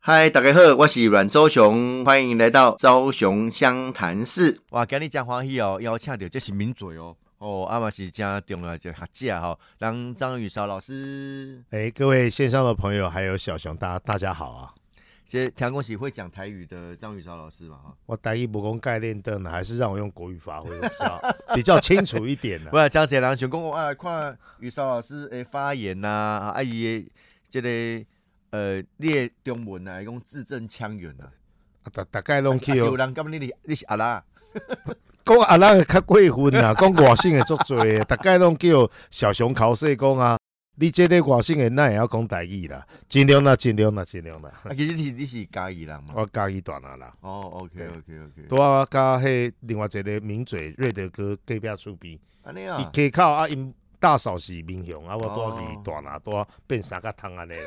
嗨，大家好，我是阮周雄，欢迎来到周雄湘潭市。哇，今日真欢喜哦，邀请到这是名嘴哦，嘛是真重要的学者吼，让张宇韶老师。 各位线上的朋友还有小熊，大家好啊！ 这听讲是会讲台语的张宇韶老师嘛？ 我台语不讲概念灯，还是让我用国语发挥比较清楚一点不然讲谁人想讲我看宇韶老师的发言呐，伊的这个。你的中文啊，讲字正腔圆啊， 大概拢去有人感觉你是阿拉， 讲阿拉的较过分啊，讲外省的足多的，大概拢叫小熊考试讲啊，你这个外省的那也要讲台语啦，尽量啦。其实你是嘉义人嘛？ 我嘉义大拿啦。 OK。 拄啊，甲迄另外一个名嘴瑞德哥隔壁厝边， 安尼啊， 伊溪口啊因。大嫂是民雄啊，我住去大拿，住变三角汤安尼。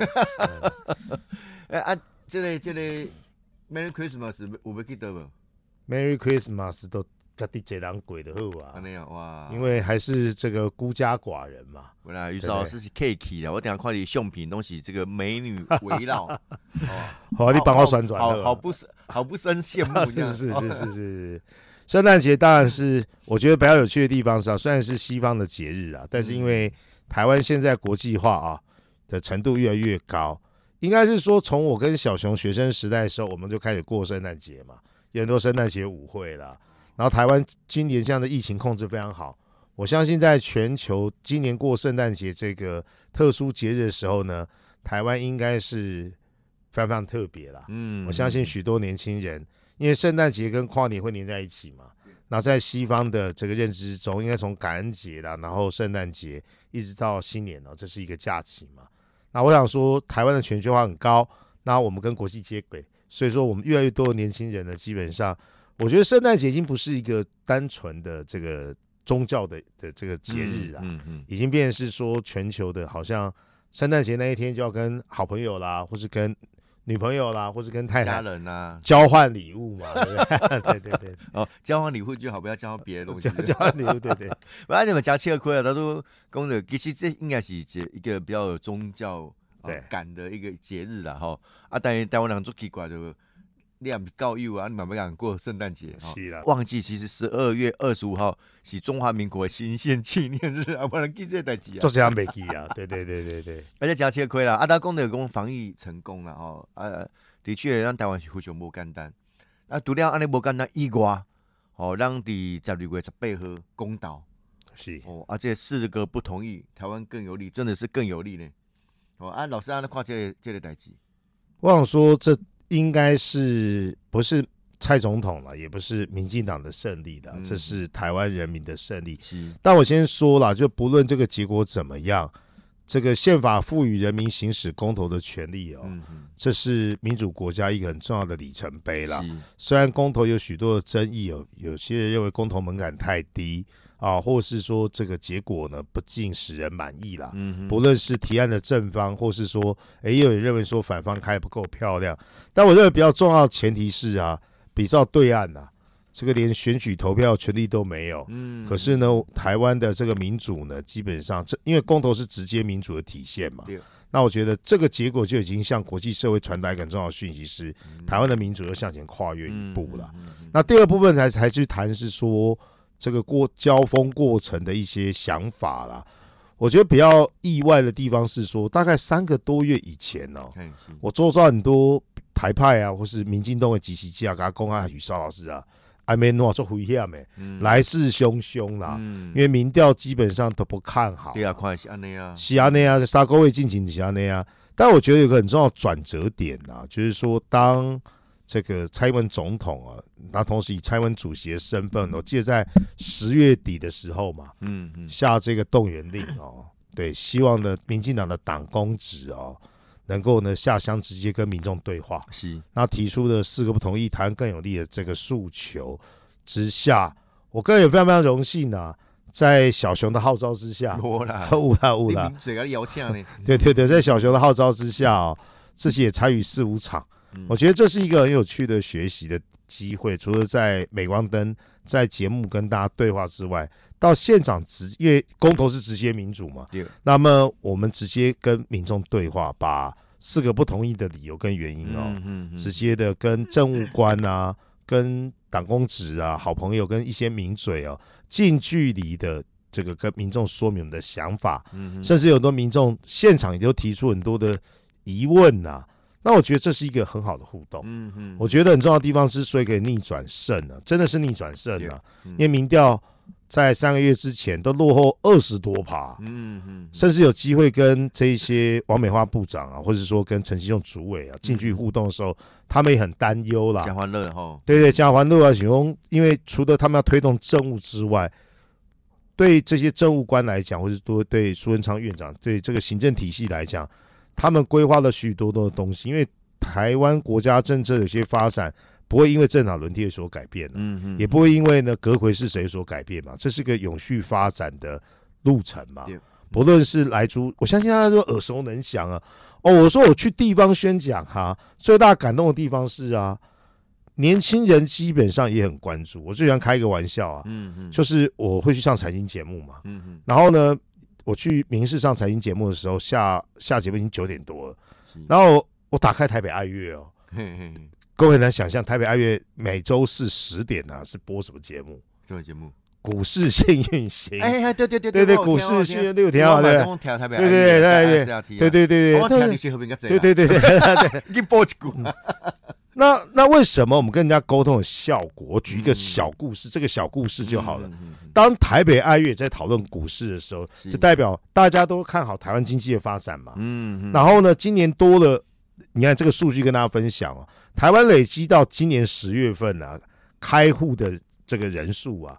这个 Merry Christmas 有要记得无 ？Merry Christmas 都家己一人过就好啊。 安尼啊，哇！ 因为还是这个孤家寡人嘛。 原来宇韶老师是 K 啦，我等下看你相片都是这个美女围绕。 好，你帮我宣传好不生羡慕。 是。圣诞节当然是我觉得比较有趣的地方是虽然是西方的节日啊，但是因为台湾现在国际化的程度越来越高，应该是说从我跟小熊学生时代的时候，我们就开始过圣诞节嘛，有很多圣诞节舞会啦。然后台湾今年这样的疫情控制非常好，我相信在全球今年过圣诞节这个特殊节日的时候呢，台湾应该是非常特别啦。我相信许多年轻人。因为圣诞节跟跨年会连在一起嘛，那在西方的这个认知之中，应该从感恩节啦，然后圣诞节一直到新年这是一个假期嘛。那我想说，台湾的全球化很高，那我们跟国际接轨，所以说我们越来越多的年轻人呢，基本上我觉得圣诞节已经不是一个单纯的这个宗教的这个节日啊，已经变成是说全球的，好像圣诞节那一天就要跟好朋友啦，或是跟女朋友啦，或是跟太太、 家人啊， 交换礼物嘛，对。 交换礼物就好，不要交换别的东西。 交换礼物，对。 反正你们加切亏啊，他都讲的，其实这应该是一个比较有宗教感的一个节日啦，但是台湾人最奇怪的，你也不告友啊，你慢慢讲过圣诞节， 是啦， 忘记其实12月25号是中华民国的新宪纪念日啊，不能记这个代志啊， 做这样没记啊，对， 而且加切亏啦，他讲的讲防疫成功了的确让台湾是非常无简单，除了安尼无简单以外，让伫12月18号公投是这4个不同意，台湾更有利，真的是更有利呢。老师看这个代志， 我想说这应该是不是蔡总统了，也不是民进党的胜利的，这是台湾人民的胜利。但我先说了，就不论这个结果怎么样，这个宪法赋予人民行使公投的权利这是民主国家一个很重要的里程碑啦。虽然公投有许多的争议，有些人认为公投门槛太低或是说这个结果呢不尽使人满意啦。不论是提案的正方，或是说也有人认为说反方开得不够漂亮。但我认为比较重要的前提是比照对岸这个连选举投票权利都没有。可是呢，台湾的这个民主呢，基本上因为公投是直接民主的体现嘛。那我觉得这个结果就已经向国际社会传达一个很重要的讯息，是台湾的民主又向前跨越一步了。那第二部分才去谈是说这个交锋过程的一些想法啦。我觉得比较意外的地方是说，大概3个多月以前我周遭很多台派或是民进党的支持者跟他讲宇韶老师还没弄做危险的，来势汹汹啦。因为民调基本上都不看好。 对啊，看是安尼啊， 是安尼啊，3个月进行是安尼啊。但我觉得有个很重要的转折点就是说当这个蔡英文总统那同时以蔡英文主席的身份我记得在10月底的时候嘛，下这个动员令对，希望呢民进党的党公职能够呢下乡直接跟民众对话， 是那提出的4个不同意台湾更有利的这个诉求之下，我个人也非常非常荣幸在小熊的号召之下， 有啦， 对，在小熊的号召之下自己也参与4、5场。我觉得这是一个很有趣的学习的机会，除了在镁光灯在节目跟大家对话之外，到现场因为公投是直接民主嘛，那么我们直接跟民众对话，把 4个不同意的理由跟原因哦，直接的跟政务官啊、跟党公职啊、好朋友跟一些名嘴哦，近距离的这个跟民众说明我们的想法，甚至有很多民众现场也都提出很多的疑问啊。那我觉得这是一个很好的互动。我觉得很重要的地方之所以可以逆转胜啊，真的是逆转胜啊，因为民调在3个月之前都落后20多%，甚至有机会跟这一些王美花部长啊，或者说跟陈其仲主委啊近距离互动的时候，他们也很担忧啦。 嘉欢乐哈， 对，嘉欢乐啊，因为除了他们要推动政务之外，对这些政务官来讲，或者说对苏贞昌院长，对这个行政体系来讲，他们规划了许多的东西，因为台湾国家政策有些发展不会因为政党轮替所改变，也不会因为呢阁揆是谁所改变嘛，这是个永续发展的路程嘛。不论是莱猪，我相信大家都耳熟能详啊。我说我去地方宣讲哈，最大感动的地方是啊，年轻人基本上也很关注。我最喜欢开一个玩笑啊，就是我会去上财经节目嘛，然后呢，我去民视上财经节目的时候，下节目已经9点多了，然后我打开台北爱乐哦，各位能想象台北爱乐每周四10点啊是播什么节目？ 什么节目？ 股市幸运星。 对， 股市幸运6天啊，对， 已经播一股。 那为什么我们跟人家沟通的效果？我举一个小故事，这个小故事就好了。当台北爱乐在讨论股市的时候，就代表大家都看好台湾经济的发展嘛。然后呢，今年多了，你看这个数据跟大家分享哦，台湾累积到今年10月份啊，开户的这个人数啊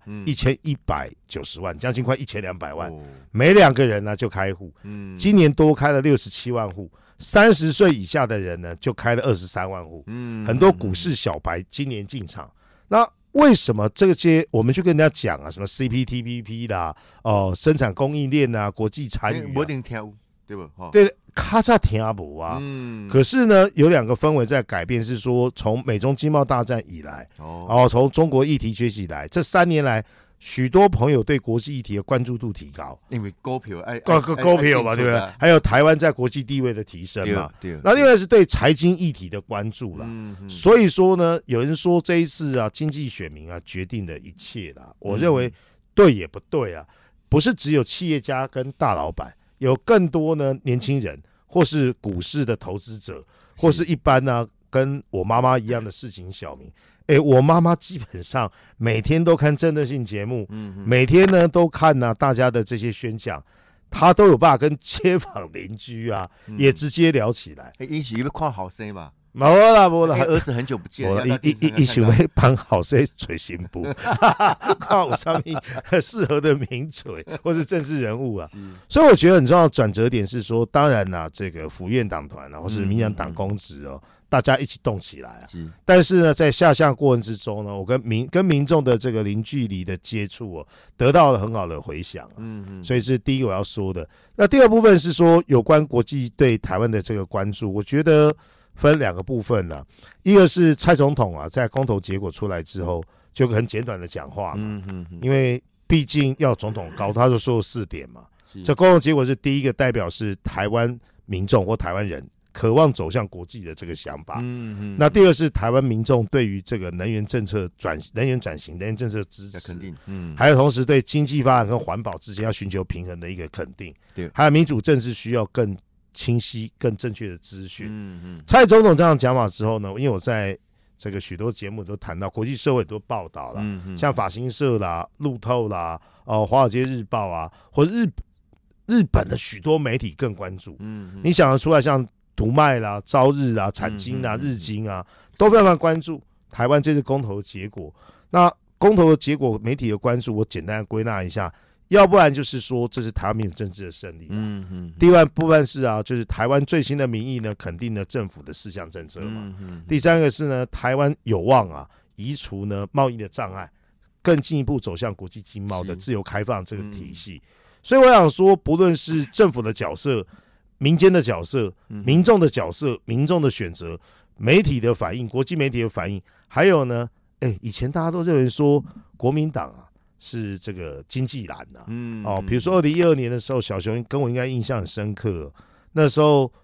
，1190万，将近快1200万，每2个人呢就开户。今年多开了67万户。30岁以下的人呢，就开了23万户。很多股市小白今年进场。那为什么这些我们去跟人家讲啊，什么 CPTPP 啦，生产供应链啊，国际参与， 不一定听，对不？ 对，咔嚓听不啊。可是呢，有2个氛围在改变，是说从美中经贸大战以来，从中国议题崛起以来，这3年来。许多朋友对国际议题的关注度提高， 因为股票嘛，对不对？还有台湾在国际地位的提升嘛。那另外是对财经议题的关注啦。所以说呢，有人说这一次啊，经济选民啊决定了一切啦。我认为对也不对啊，不是只有企业家跟大老板，有更多呢年轻人，或是股市的投资者，或是一般呢跟我妈妈一样的市井小民。我妈妈基本上每天都看政治性节目，每天呢都看大家的这些宣讲，她都有办法跟街坊邻居啊，也直接聊起来。 一起要看好声嘛？ 没啦， 儿子很久不见， 一起会帮好声嘴型部，看我上面适合的名嘴或是政治人物啊。所以我觉得很重要的转折点是说，当然啦，这个府院党团或是民进党公职哦。大家一起动起来啊！但是呢，在下乡过程之中呢，我跟民众的这个零距离的接触哦，得到了很好的回响。所以是第一个我要说的。那第二部分是说有关国际对台湾的这个关注，我觉得分2个部分呢。一个是蔡总统啊，在公投结果出来之后，就很简短的讲话嘛。因为毕竟要总统高，他就说了4点嘛。这公投结果是第一个代表是台湾民众或台湾人。渴望走向国际的这个想法。那第二是台湾民众对于这个能源政策能源转型、能源政策的支持，肯定。还有同时对经济发展跟环保之间要寻求平衡的一个肯定。对，还有民主政治需要更清晰、更正确的资讯。蔡总统这样讲法之后呢，因为我在这个许多节目都谈到，国际社会很多报道啦，像法新社啦、路透啦、华尔街日报啊，或者日本的许多媒体更关注。你想得出来像读卖啦、朝日啦、产经啦、日经啊，都非常关注台湾这次公投的结果。那公投的结果，媒体的关注，我简单归纳一下，要不然就是说这是台湾民主政治的胜利。第二部分是就是台湾最新的民意呢，肯定了政府的4项政策嘛。第3个是呢，台湾有望移除呢贸易的障碍，更进一步走向国际经贸的自由开放这个体系。所以我想说，不论是政府的角色、民间的角色、民众的角色、民众的选择、媒体的反应、国际媒体的反应，还有呢，以前大家都认为说国民党是这个经济蓝比如说2012年的时候，小熊跟我应该印象很深刻，那时候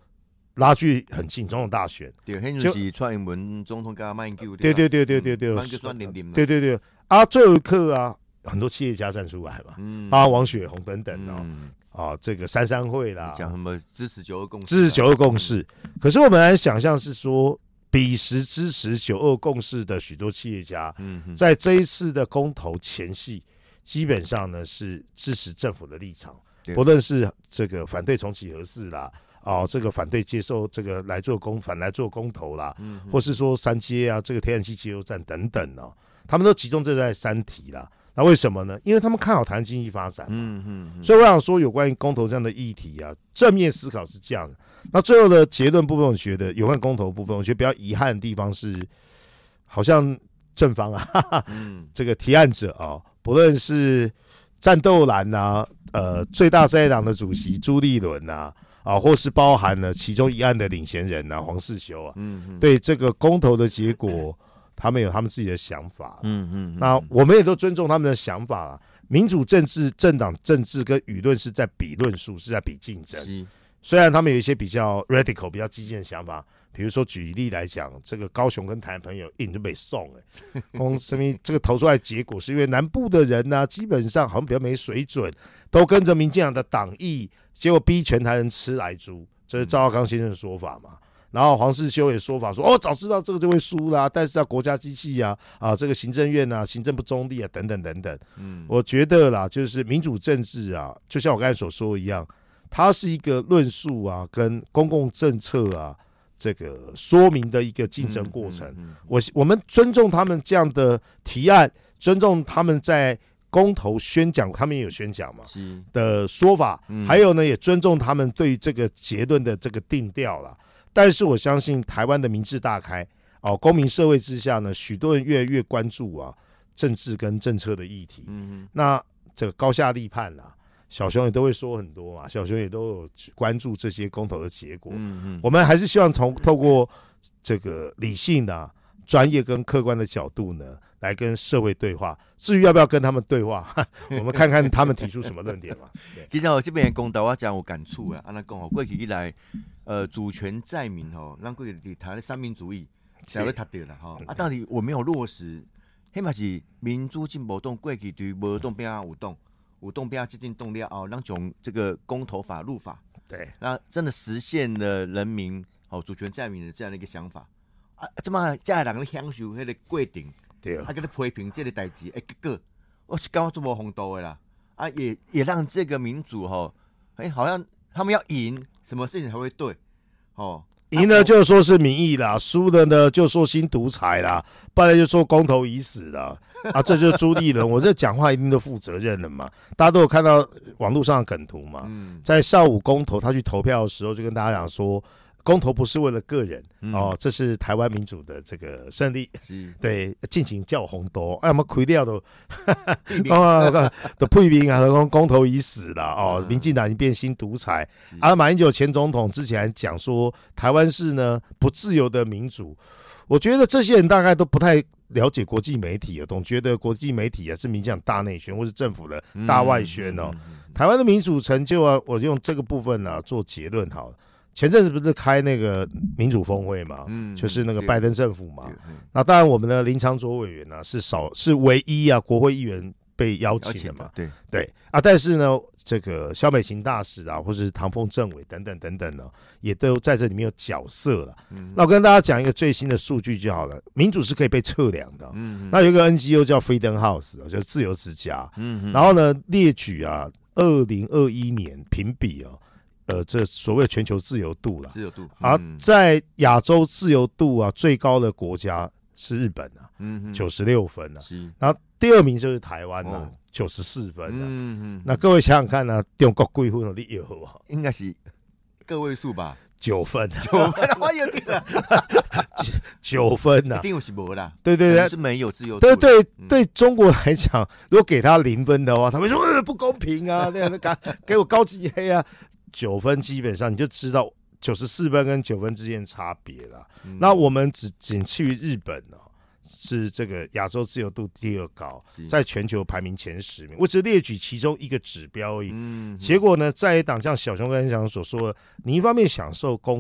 拉距很近，总统大选， 对，那就是蔡英文总统跟马英九， 对，对啊，最后一刻啊，很多企业家站出来嘛，包括王雪红等等这个三商会啦， 讲什么支持9·2共识， 支持9·2共识，可是我们来想象是说，彼时支持9·2共识的许多企业家，在这一次的公投前夕，基本上呢是支持政府的立场，不论是这个反对重启核四啦。这个反对接受这个来做公投啦，或是说三接啊，这个天然气接油站等等他们都集中在3题啦。那为什么呢？因为他们看好台湾经济发展所以我想说，有关于公投这样的议题啊，正面思考是这样的。那最后的结论部分，我觉得有关公投部分，我觉得比较遗憾的地方是，好像正方这个提案者不论是战斗蓝最大在野党的主席朱立伦或是包含了其中一案的领衔人黄世修对这个公投的结果，他们有他们自己的想法。那我们也都尊重他们的想法民主政治、政党政治跟舆论是在比论述，是在比竞争。虽然他们有一些比较 radical、比较激进的想法，比如说举例来讲，这个高雄跟台南朋友就被送这个投出来的结果是因为南部的人基本上好像比较没水准，都跟着民进党的党意，结果逼全台人吃来猪，这是赵少康先生的说法嘛。然后黄世修也说法说，早知道这个就会输啦，但是国家机器这个行政院行政不中立等等等等。我觉得啦，就是民主政治就像我刚才所说一样，它是一个论述跟公共政策这个说明的一个竞争过程。我们尊重他们这样的提案，尊重他们在公投宣讲，他们也有宣讲嘛的说法，还有呢，也尊重他们对于这个结论的这个定调啦。但是我相信台湾的民智大开公民社会之下呢，许多人越来越关注政治跟政策的议题。那这个高下立判小熊也都会说很多嘛，小熊也都有关注这些公投的结果。我们还是希望透过这个理性专业跟客观的角度呢，来跟社会对话。至于要不要跟他们对话，我们看看他们提出什么论点嘛。 其实这边的公投我讲有感触按怎讲过去以来，主权在民咱过去伫台湾三民主义才会读到啦到底我没有落实，迄嘛是民主进步党过去对无党变有党变激进动了后，咱从这个公投法入法， 对，那真的实现了人民主权在民的这样的一个想法这么这人咧享受迄个过程， 对， 跟你批评这个代志结果，我是感觉做无风度的啦也让这个民主好像他们要赢，什么事情才会对赢了就说是民意啦，输了呢就说新独裁啦，不然就说公投已死啦这就是朱立伦，我这讲话一定都负责任了嘛。大家都有看到网络上的梗图嘛，在上午公投他去投票的时候，就跟大家讲说，公投不是为了个人这是台湾民主的这个胜利。对，尽情叫红豆，我们开掉都批评说公投已死了民进党已经变新独裁马英九前总统之前讲说台湾是呢不自由的民主。我觉得这些人大概都不太了解国际媒体总觉得国际媒体是民进党大内宣或是政府的大外宣台湾的民主成就我用这个部分做结论好了。前阵子不是开那个民主峰会嘛，就是那个拜登政府嘛。那当然我们的林长佐委员是唯一国会议员被邀请的嘛。对但是呢，这个萧美琴大使或是唐凤政委等等等等呢，也都在这里面有角色了。那我跟大家讲一个最新的数据就好了，民主是可以被测量的。那有一个 NGO 叫 Freedom House， 就是自由之家。然后呢，列举2021年评比这所谓全球自由度啦，在亚洲自由度最高的国家是日本96分然后第二名就是台湾94分那各位想想看中国几分你有应该是个位数吧 ？9分 ，9分，我有点了 ，9分一定是没啦。 对， 是没有自由度。 对，中国来讲，如果给他0分的话，他们说不公平给我高级黑9分基本上你就知道94分跟9分之间差别了。那我们仅次于日本是这个亚洲自由度第2高，在全球排名前10名。我只列举其中一个指标而已。结果呢，在野党像小熊跟小熊所说的，你一方面享受公投，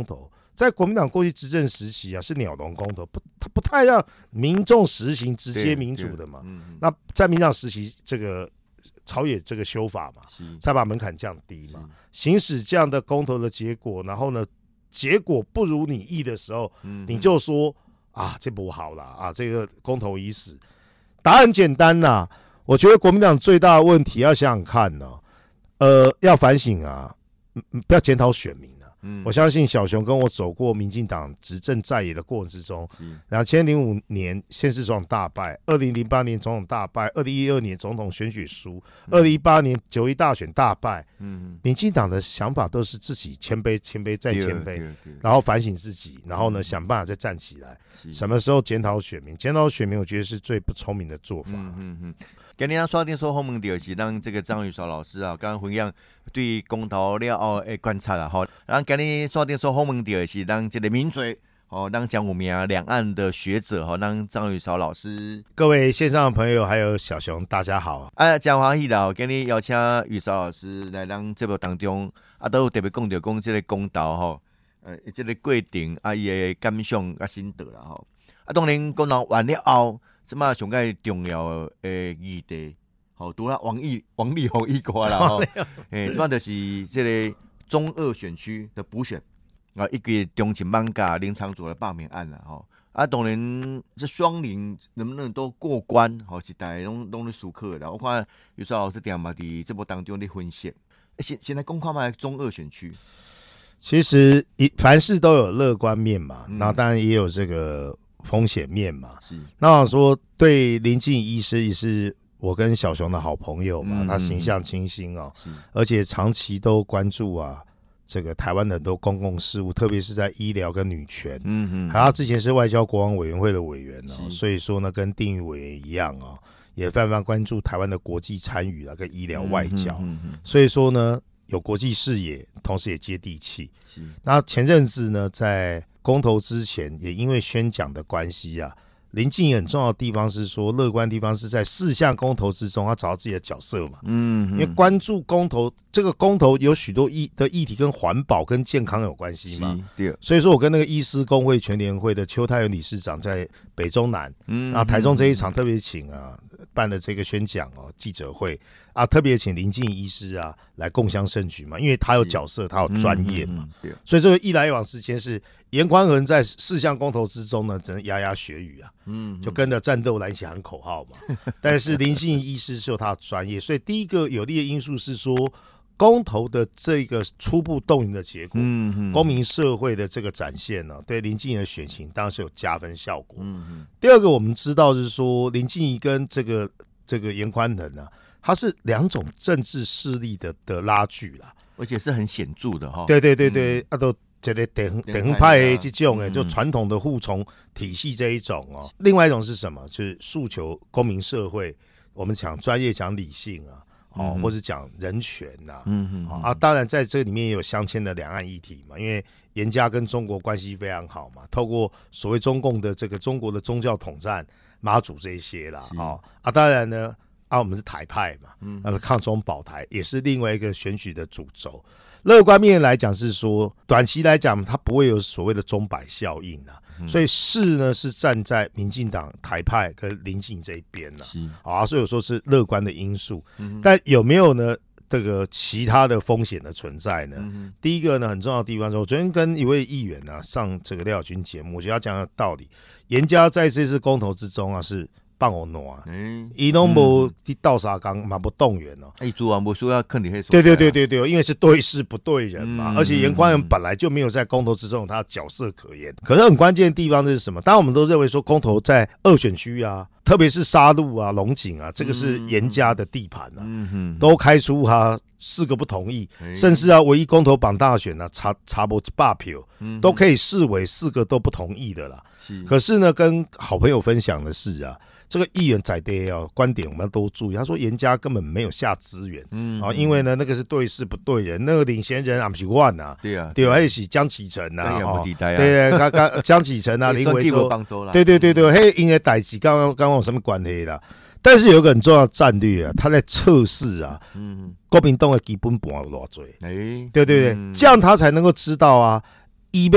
在国民党过去执政时期啊，是鸟笼公投，他不太让民众实行直接民主的嘛。那在民进党时期，这个朝野这个修法嘛，才把门槛降低嘛，行使这样的公投的结果，然后呢，结果不如你意的时候，你就说啊，这不好啦啊，这个公投已死。答案简单呐，我觉得国民党最大的问题要想想看呢，要反省啊，不要检讨选民。我相信小熊跟我走过民进党执政在野的过程之中，2005年县市总统大败，2008年总统大败，2012年总统选举输，2018年9·1大选大败。民进党的想法都是自己谦卑再谦卑，然后反省自己，然后呢想办法再站起来。什么时候检讨选民？检讨选民，我觉得是最不聪明的做法。 今天刷电说后门的是让这个张宇韶老师啊，刚刚分享对公投了后的观察啦，吼。然后今天刷电说后门的是让这个名嘴哦，让讲有名两岸的学者哈，让张宇韶老师， 各位线上的朋友还有小熊，大家好。 真欢喜啦！今天邀请宇韶老师来咱节目当中，都有特别讲到讲这个公投吼，这个过程伊的感想心得啦吼。当然公投完了后。即马上个重要的议题，吼，除了王力宏以外啦，吼，即马就是这个中二选区的补选啊，一个中情艋舺林昶佐的罢免案啦，吼，当然这双林能不能都过关，吼，是大家拢咧思考啦。我看宇韶老师定嘛伫这波当中咧分析，现在公看嘛中二选区， 其实凡事都有乐观面嘛，那当然也有这个。风险面嘛，那我说对林静医师也是我跟小熊的好朋友嘛，他形象清新哦，而且长期都关注啊这个台湾的很多公共事务，特别是在医疗跟女权，还有他之前是外交国防委员会的委员哦，所以说呢跟定宇委员一样哦，也泛泛关注台湾的国际参与啊跟医疗外交，所以说呢有国际视野，同时也接地气。那前阵子呢在公投之前，也因为宣讲的关系啊，林静怡很重要的地方是说，乐观的地方是在4项公投之中，他找到自己的角色嘛。因为关注公投，这个公投有许多议题跟环保跟健康有关系嘛。所以说我跟那个医师公会全联会的邱泰元理事长在北中南，然后台中这一场特别请办的这个宣讲记者会啊，特别请林静怡医师啊来共襄盛举嘛，因为他有角色，他有专业嘛，所以这个一来一往之间是严宽恒在4项公投之中呢，只能牙牙学语啊，就跟着战斗蓝旗喊口号嘛。但是林静怡医师是有他的专业，所以第一个有利的因素是说，公投的这个初步动员的结果，公民社会的这个展现呢，对林静怡的选情当然是有加分效果。第二个我们知道是说，林静怡跟这个严宽恒啊，它是2种政治势力的拉锯啦， 而且是很显著的哈。 对，都这个地方派的这种就传统的护从体系这一种哦。另外一种是什么？就是诉求公民社会，我们讲专业讲理性啊。或是讲人权呐，当然在这里面也有相牵的两岸议题嘛，因为严家跟中国关系非常好嘛，透过所谓中共的这个中国的宗教统战、马祖这一些啦，当然呢，我们是台派嘛，抗中保台也是另外一个选举的主轴。乐观面来讲是说，短期来讲它不会有所谓的钟摆效应啊，所以呢是站在民进党台派跟林静怡这一边所以有说是乐观的因素，但有没有呢这个其他的风险的存在呢？第一个呢很重要的地方是，我昨天跟一位议员上这个廖小军节目，我觉得他讲的道理，严家在这次公投之中是放我挪啊，伊拢无倒沙缸嘛不动员哦， 主啊无说要肯定黑手， 对，因为是对事不对人嘛，而且严宽恒本来就没有在公投之中有他的角色可言。可是很关键的地方是什么？当然我们都认为说公投在2选区啊，特别是沙鹿啊、龙井啊，这个是严家的地盘啊，都开出4个不同意，甚至唯一公投榜大选差不100票，都可以视为4个都不同意的啦。可是呢，跟好朋友分享的是这个议员在地观点我们都注意，他说严家根本没有下资源，因为呢那个是对事不对人，那个领衔人不是我对还是江启臣对，江启臣林维洲，对，嘿，因为代志刚有什么关系啦？但是有一个很重要的战略他在测试国民党的基本盘有多少，对，这样他才能够知道他要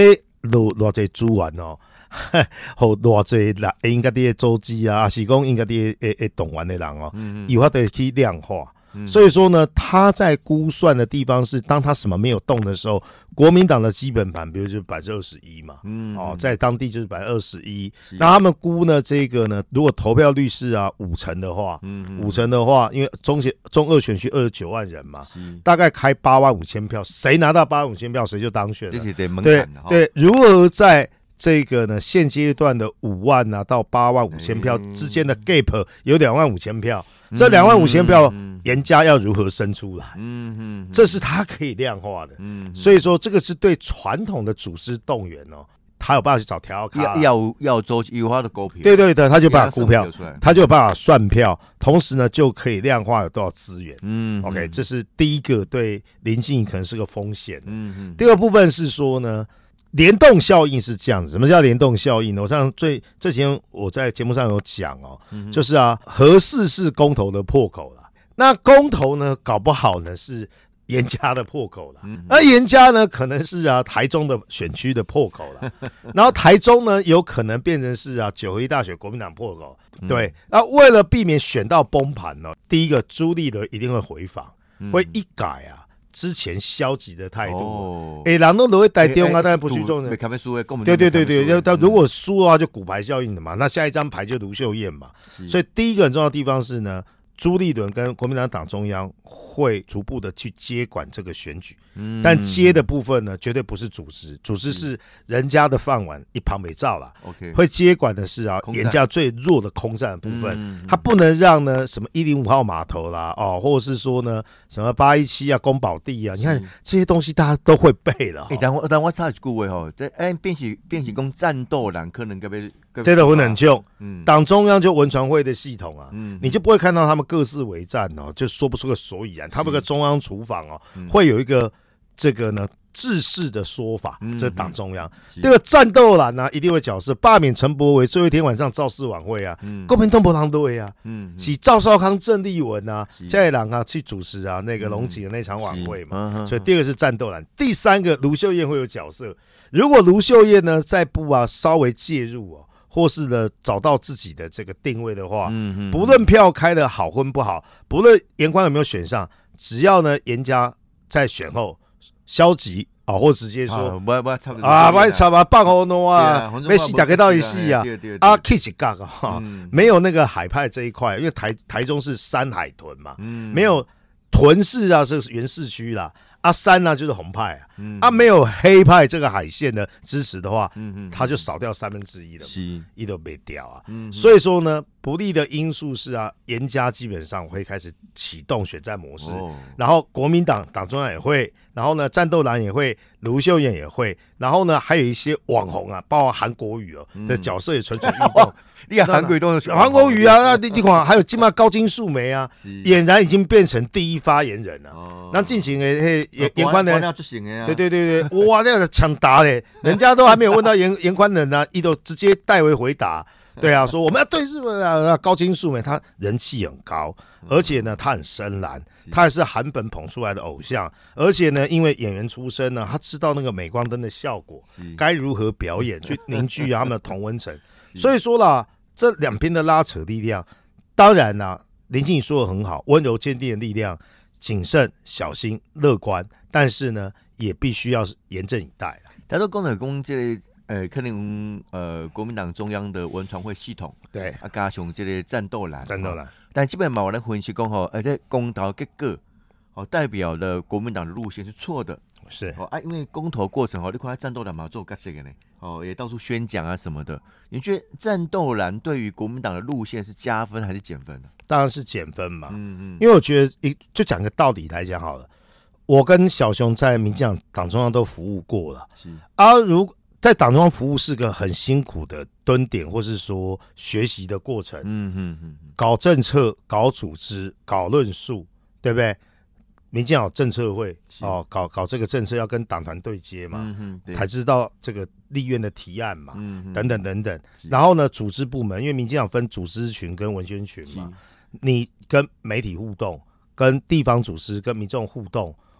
偌济资源哦，互偌济啦，应该啲组织啊，还是讲应该啲动员的人哦，有法得去量化。所以说呢，他在估算的地方是，当他什么没有动的时候，国民党的基本盘，比如就21%嘛，在当地就是21%。那他们估呢，这个呢，如果投票率是50%的话，50%的话，因为中二选区29万人嘛，大概开85000票，谁拿到85000票，谁就当选了。对，如何在这个呢现阶段的5万到8万5千票之间的 gap 有2万5千票，这2万5千票严家要如何生出来？这是他可以量化的。所以说这个是对传统的组织动员哦，他有办法去找条卡， 要周有他的股票， 对，他就把股票，他就有办法算票，同时呢就可以量化有多少资源。OK， 这是第一个对林静怡可能是个风险。第二部分是说呢，联动效应是这样子。什么叫联动效应呢？这几天我在节目上有讲哦，就是核四是公投的破口啦。那公投呢，搞不好呢是严家的破口啦。那严家呢，可能是台中的选区的破口啦。然后台中呢，有可能变成是9合1大选国民党破口。对，那为了避免选到崩盘呢，第一个朱立伦一定会回访，会一改之前消极的态度，人都会台中但是不去中的，对，如果输的话就骨牌效应的嘛，那下一张牌就卢秀燕嘛，所以第一个很重要的地方是呢，朱立伦跟国民党党中央会逐步的去接管这个选举，但接的部分呢，绝对不是组织是人家的饭碗一旁没照啦，会接管的是严家最弱的空战的部分，他不能让呢什么105号码头啦，或者是说呢什么817宫保地你看这些东西大家都会背了。 但我插一句话吼，这变成讲战斗蓝可能这个很冷救，党中央就文传会的系统你就不会看到他们各自为战就说不出个所以然。他们个中央厨房会有一个这个呢制式的说法，这是党中央。这个战斗蓝一定会角色罢免陈柏惟最后一天晚上造势晚会国民党不堂对是赵少康、郑丽文这些人去主持那个龙井的那场晚会嘛。所以第二个是战斗蓝，第三个卢秀燕会有角色。如果卢秀燕呢再不稍微介入或是呢找到自己的这个定位的话，不论票开的好或不好，不论严宽有没有选上，只要呢严家在选后消极或直接说不差吧放好诺没戏打给到一戏kiss 嘎没有那个海派这一块，因为台中是山海屯嘛，没有屯是是原市区啦。山就是红派没有黑派这个海线的支持的话，他就少掉1/3了，一都没掉所以说呢，不利的因素是严家基本上会开始启动选战模式，然后国民党党中央也会，然后呢战斗蓝也会，卢秀燕也会，然后呢还有一些网红包括韩国瑜的角色也蠢蠢欲动。 你看韩国瑜你看还有今嘛高金素梅俨然已经变成第一发言人了。那进行严宽仁，对，哇，那个抢答嘞，人家都还没有问到严宽仁他都直接代为回答。对说我们要对日本高金素梅，他人气很高，而且呢他很深蓝，他也是韩本捧出来的偶像，而且呢因为演员出身呢，他知道那个镁光灯的效果该如何表演，去凝聚他们的同温层。所以说啦，这两边的拉扯力量，当然林静怡说的很好，温柔坚定的力量，谨慎小心乐观，但是呢也必须要严阵以待。 他说讲这个可能国民党中央的文传会系统对加上这个战斗蓝，但基本上我来分析讲这公投结果代表了国民党的路线是错的， 是因为公投过程你看战斗蓝嘛做角色的呢也到处宣讲什么的。你觉得战斗蓝对于国民党的路线是加分还是减分呢？ 当然是减分嘛，因为我觉得就讲个道理来讲好了，我跟小熊在民进党党中央都服务过了，如在党中央服务是个很辛苦的蹲点或是说学习的过程，搞政策、搞组织、搞论述，对不对？民进党有政策会搞这个政策要跟党团对接嘛，才知道这个立院的提案嘛，等等。然后呢，组织部门因为民进党分组织群跟文宣群嘛，你跟媒体互动、跟地方组织、跟民众互动，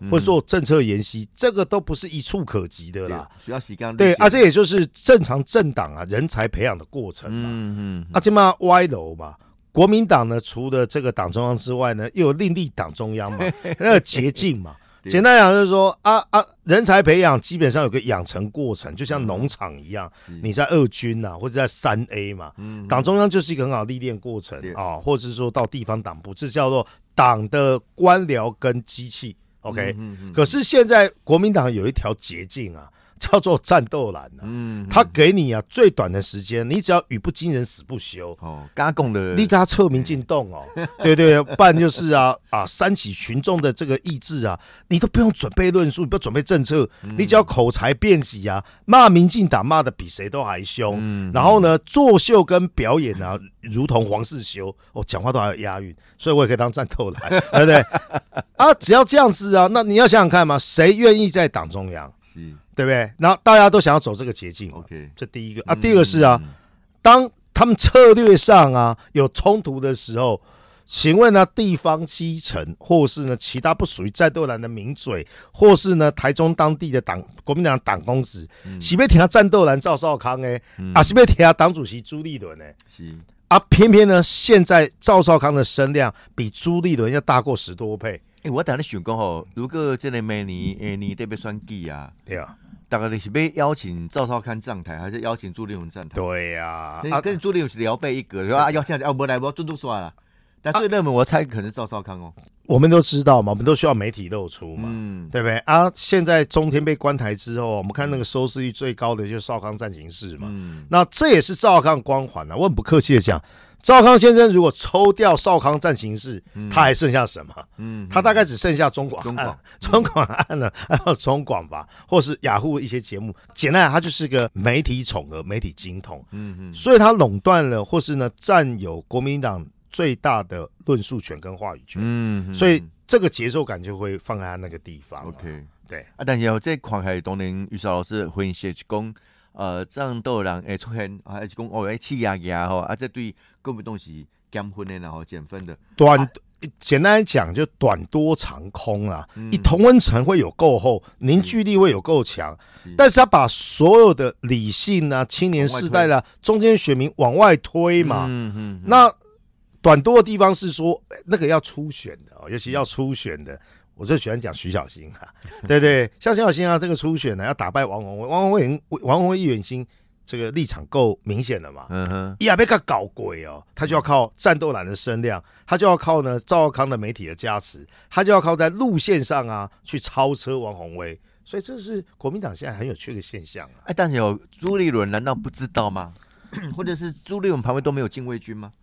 或者做政策研析，这个都不是一触可及的啦， 需要时间。 对啊，这也就是正常政党啊人才培养的过程嘛。啊，这嘛歪楼嘛。国民党呢，除了这个党中央之外呢，又有另立党中央嘛，那个捷径嘛。简单讲就是说人才培养基本上有个养成过程，就像农场一样，你在2军啊，或者在3A 嘛，党中央就是一个很好的历练过程啊，或者是说到地方党部，这叫做党的官僚跟机器。OK，可是现在国民党有一条捷径啊，叫做战斗蓝他给你啊最短的时间，你只要语不惊人死不休加工的， 你给他撤民进党对对，不然就是煽起群众的这个意志啊，你都不用准备论述，你不用准备政策，你只要口才辩己啊，骂民进党骂的比谁都还凶，然后呢作秀跟表演啊，如同黄世修讲话都还有押韵，所以我也可以当战斗蓝，对不对只要这样子啊，那你要想想看嘛，谁愿意在党中央？对不对？然后大家都想要走这个捷径嘛，这第一个第二个是当他们策略上有冲突的时候，请问地方基层或是呢其他不属于战斗蓝的名嘴，或是呢台中当地的国民党党公子，是要听战斗蓝赵少康是要听党主席朱立伦偏偏呢现在赵少康的声量比朱立伦要大过10多倍。 我等下想讲如果这个明年特别选举对啊， 大概是要邀请赵少康上台，还是邀请朱立伦上台？ 对呀， 跟朱立伦是聊备一格，要现在不来，我尊重算了。但最热门我猜可能是赵少康我们都知道嘛，我们都需要媒体露出嘛，对不对现在中天被关台之后，我们看那个收视率最高的就是少康战情室嘛，那这也是赵少康光环我很不客气的讲。赵康先生如果抽掉少康战情室，他还剩下什么？他大概只剩下中广案了，还有中广吧，或是雅虎一些节目。简单讲，他就是个媒体宠儿、媒体精通，所以他垄断了，或是呢占有国民党最大的论述权跟话语权。所以这个节奏感就会放在他那个地方。 OK， 对但是这看起来当年玉韶老师分析是讲。战斗人会出现，还是讲气压这对国民党是减分的，然后减分的。 简单来讲，就短多长空你同温层会有够厚，凝聚力会有够强，但是他把所有的理性青年世代中间选民往外推嘛。那短多的地方是说那个要初选的尤其要初选的。我最喜欢讲徐小新对对，像徐小新这个初选要打败王宏威议员已经这个立场够明显了嘛，也被他搞鬼他就要靠战斗蓝的声量，他就要靠呢赵少康的媒体的加持，他就要靠在路线上去超车王宏威，所以这是国民党现在很有趣的现象但是朱立伦难道不知道吗？或者是朱立伦旁边都没有禁卫军吗？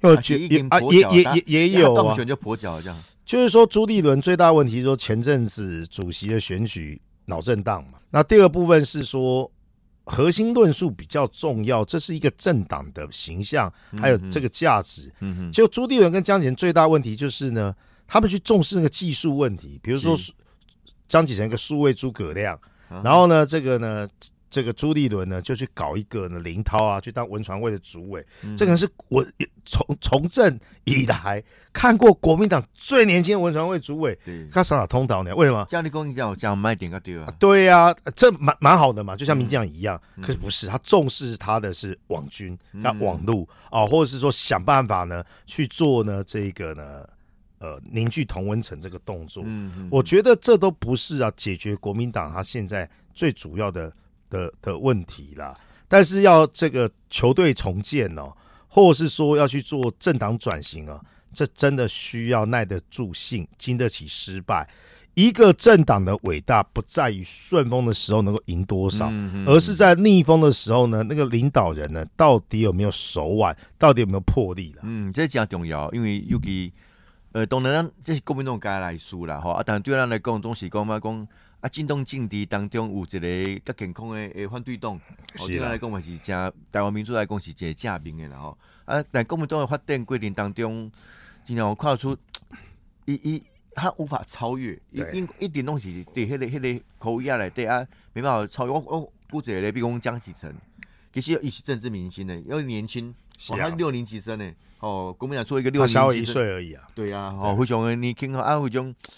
也有动选就跛脚这样。 就是说朱立伦最大的问题是说前阵子主席的选举脑震荡嘛，那第二部分是说核心论述比较重要，这是一个政党的形象还有这个价值。结果朱立伦跟江启臣最大的问题就是呢，他们去重视那个技术问题，比如说江启臣一个数位诸葛亮，然后呢这个朱立伦呢就去搞一个呢林涛去当文传会的主委，这个是我从政以来看过国民党最年轻的文传会主委，他上哪通道呢？为什么？ 叫你讲叫我讲卖点个对对这蛮好的嘛，就像民进党一样。可是不是，他重视他的是网军、网路或者是说想办法呢去做呢这个呢凝聚同温层这个动作。我觉得这都不是解决国民党他现在最主要的问题啦，但是要这个球队重建或者是说要去做政党转型这真的需要耐得住性，经得起失败。一个政党的伟大不在于顺风的时候能够赢多少，而是在逆风的时候呢，那个领导人呢到底有没有手腕，到底有没有魄力啦。 这是很重要，因为尤其当然这是国民党该来输啦但是对咱来讲总是讲进动政治当中有一个较健康的反对党，对咱来讲嘛是台湾民主来讲是一个正面的啦但国民党的发展过程当中，真正我看出他无法超越，一定拢是伫迄个口压内底没办法超越。我举一个比如讲江启臣，其实伊是政治明星的，又年轻，他6年级生的国民党做一个6年级生， 他小1岁而已对非常的年轻非常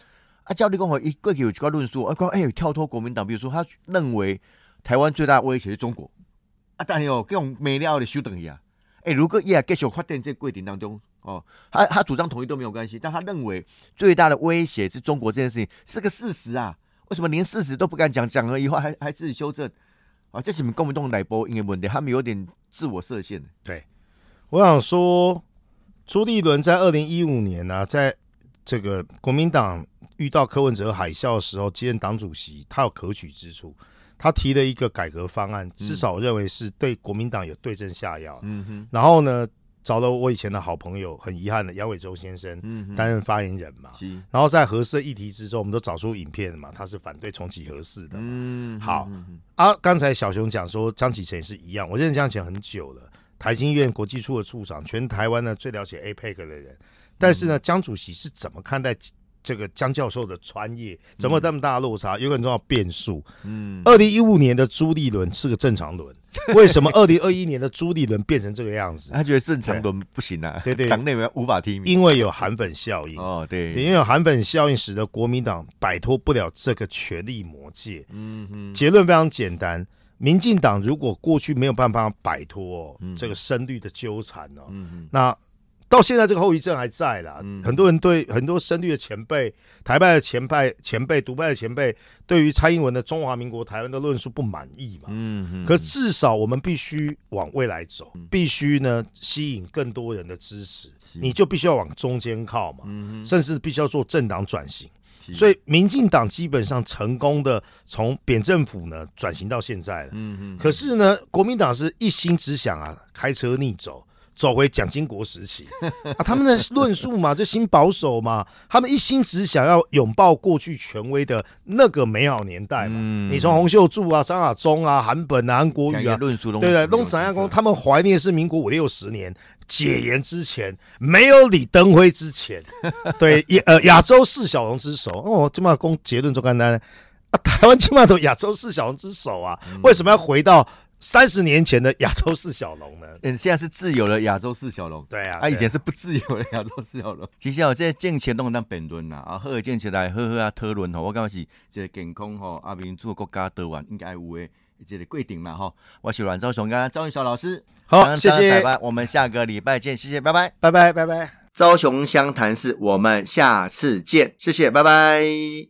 照你讲吼，伊过去有一个论述，讲跳脱国民党，比如说他认为台湾最大的威胁是中国，但是这种没料的修等去啊，如果也继续发展这过程当中。他主张统一都没有关系，但他认为最大的威胁是中国这件事情是个事实啊！为什么连事实都不敢讲，讲了以后还自己修正啊？这是民共党内部因的问题，他们有点自我设限。 对，我想说，朱立伦在2015年啊，在这个国民党遇到柯文哲海啸的时候，接任党主席，他有可取之处。他提了一个改革方案，至少我认为是对国民党有对症下药。然后呢？找了我以前的好朋友，很遗憾的杨伟洲先生担任发言人嘛，然后在核四议题之中，我们都找出影片嘛，他是反对重启核四的嘛。好啊，刚才小熊讲说江启臣也是一样，我认识江启臣很久了，台经院国际处的处长，全台湾呢最了解 APEC 的人，但是呢，江主席是怎么看待这个江教授的专业，怎么有这么大的落差？有个很重要的变数。2015年的朱立伦是个正常轮，为什么2021年的朱立伦变成这个样子？ 他觉得正常轮不行啊，对，党内无法提名， 因为有韩粉效应。 对， 因为有韩粉效应，使得国民党摆脱不了这个权力魔戒。结论非常简单。民进党如果过去没有办法摆脱这个深绿的纠缠那到现在这个后遗症还在啦，很多人对很多深绿的前辈、台派的前辈、独派的前辈，对于蔡英文的中华民国台湾的论述不满意嘛。可至少我们必须往未来走，必须呢吸引更多人的支持，你就必须要往中间靠嘛，甚至必须要做政党转型。所以民进党基本上成功的从扁政府呢转型到现在了。可是呢，国民党是一心只想开车逆走。走回蒋经国时期他们的论述嘛，就新保守嘛，他们一心只想要拥抱过去权威的那个美好年代嘛。你从洪秀柱啊、张亚中啊、韩本啊、韩国瑜啊，对，都怎样讲？他们怀念是民国50、60年解严之前，没有李登辉之前，对，亚洲四小龙之首这么讲结论就简单台湾起码都亚洲四小龙之首啊，为什么要回到30年前的亚洲四小龙呢？ 现在是自由的亚洲四小龙， 对啊， 以前是不自由的亚洲四小龙。其实这政策都当辩论啦，好的政策来好好讨论我感觉是一个健康民主国家台湾应该有的一个规定啦我是阮昭雄跟赵云小老师， 好，谢谢， 我们下个礼拜见，谢谢，拜拜， 拜拜，拜拜。 昭雄湘潭市，我们下次见，谢谢，拜拜。